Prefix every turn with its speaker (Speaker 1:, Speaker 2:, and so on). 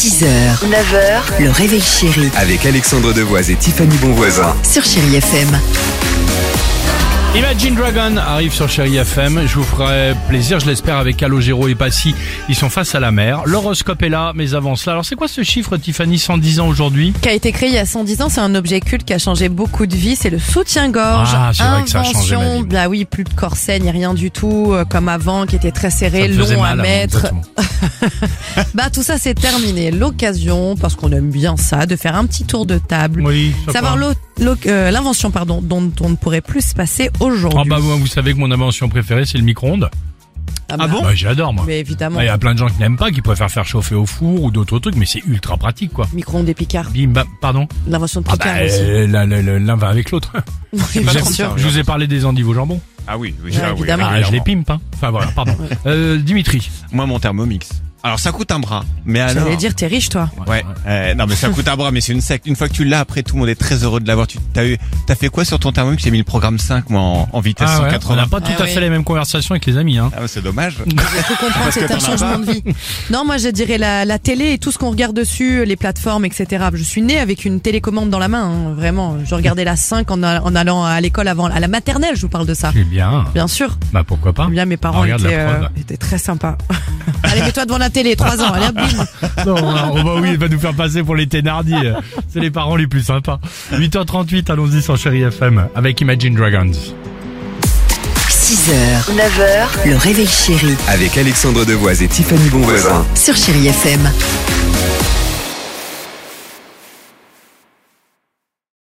Speaker 1: 6h, 9h, le réveil chéri
Speaker 2: Avec Alexandre Devoise et Tiffany Bonvoisin.
Speaker 1: sur Chéri FM.
Speaker 3: Imagine Dragon arrive sur Chéri FM. Je vous ferai plaisir, je l'espère, avec Calogero et Passy. Ils sont face à la mer. L'horoscope est là, mais avant cela. Alors, c'est quoi ce chiffre, Tiffany, 110 ans aujourd'hui?
Speaker 4: Qui a été créé il y a 110 ans, c'est un objet culte qui a changé beaucoup de vies, c'est le soutien-gorge.
Speaker 3: Ah, c'est vrai que ça a changé ma vie.
Speaker 4: Bah oui, plus de corset, ni rien du tout, comme avant, qui était très serré,
Speaker 3: Ça me faisait
Speaker 4: long à
Speaker 3: mal avant,
Speaker 4: mettre.
Speaker 3: exactement.
Speaker 4: Bah tout ça c'est terminé. L'occasion, parce qu'on aime bien ça, de faire un petit tour de table.
Speaker 3: Oui, ça
Speaker 4: Savoir
Speaker 3: va.
Speaker 4: l'invention dont on ne pourrait plus se passer aujourd'hui.
Speaker 3: Ah bah moi, vous savez que mon invention préférée, c'est le micro-ondes.
Speaker 4: Ah
Speaker 3: Bah, j'adore, moi.
Speaker 4: Mais évidemment,
Speaker 3: Il y a plein de gens qui n'aiment pas, qui préfèrent faire chauffer au four ou d'autres trucs, mais c'est ultra pratique, quoi.
Speaker 4: micro-ondes et Picard.
Speaker 3: Bim, bam, pardon.
Speaker 4: L'invention de
Speaker 3: Ah
Speaker 4: Picard
Speaker 3: bah,
Speaker 4: aussi.
Speaker 3: l'un va avec l'autre.
Speaker 4: Oui,
Speaker 3: Je
Speaker 4: bien
Speaker 3: vous ai-
Speaker 4: sûr.
Speaker 3: je vous ai parlé des endives au jambon.
Speaker 5: Ah oui,
Speaker 4: Ouais, évidemment.
Speaker 3: Ah, je les pimpe, hein. Enfin voilà, pardon. Dimitri.
Speaker 5: Moi, mon Thermomix. Alors, ça coûte un bras. Mais alors.
Speaker 4: J'allais dire, t'es riche toi.
Speaker 5: Ouais. Non, mais ça coûte un bras, mais c'est une secte. Une fois que tu l'as, après, tout le monde est très heureux de l'avoir. T'as fait quoi sur ton Thermomix? J'ai mis le programme 5, moi, en vitesse
Speaker 3: Ah ouais, on
Speaker 5: 180.
Speaker 3: n'a pas tout
Speaker 4: Ah
Speaker 3: à
Speaker 4: oui.
Speaker 3: fait les mêmes conversations avec les amis, hein.
Speaker 5: Ah ouais, c'est dommage.
Speaker 4: J'ai cru comprendre, c'est un changement de vie. Non, moi je dirais la télé et tout ce qu'on regarde dessus, les plateformes, etc. Je suis née avec une télécommande dans la main, hein, vraiment. Je regardais la 5 en allant à l'école avant, à la maternelle, je vous parle de ça.
Speaker 3: C'est bien.
Speaker 4: Bien sûr.
Speaker 3: Bah pourquoi pas.
Speaker 4: Bien, mes parents
Speaker 3: Regarde la preuve.
Speaker 4: étaient très sympas. Allez, mets-toi devant la télé, 3 ans, allez hop, bim.
Speaker 3: Non, oh bah oui, il va nous faire passer pour les Thénardier. C'est les parents les plus sympas. 8h38, allons-y sur Chéri FM avec Imagine Dragons.
Speaker 1: 6h, 9h, le réveil chéri
Speaker 2: Avec Alexandre Devoise et Tiffany Bonvoisin.
Speaker 1: sur Chéri FM.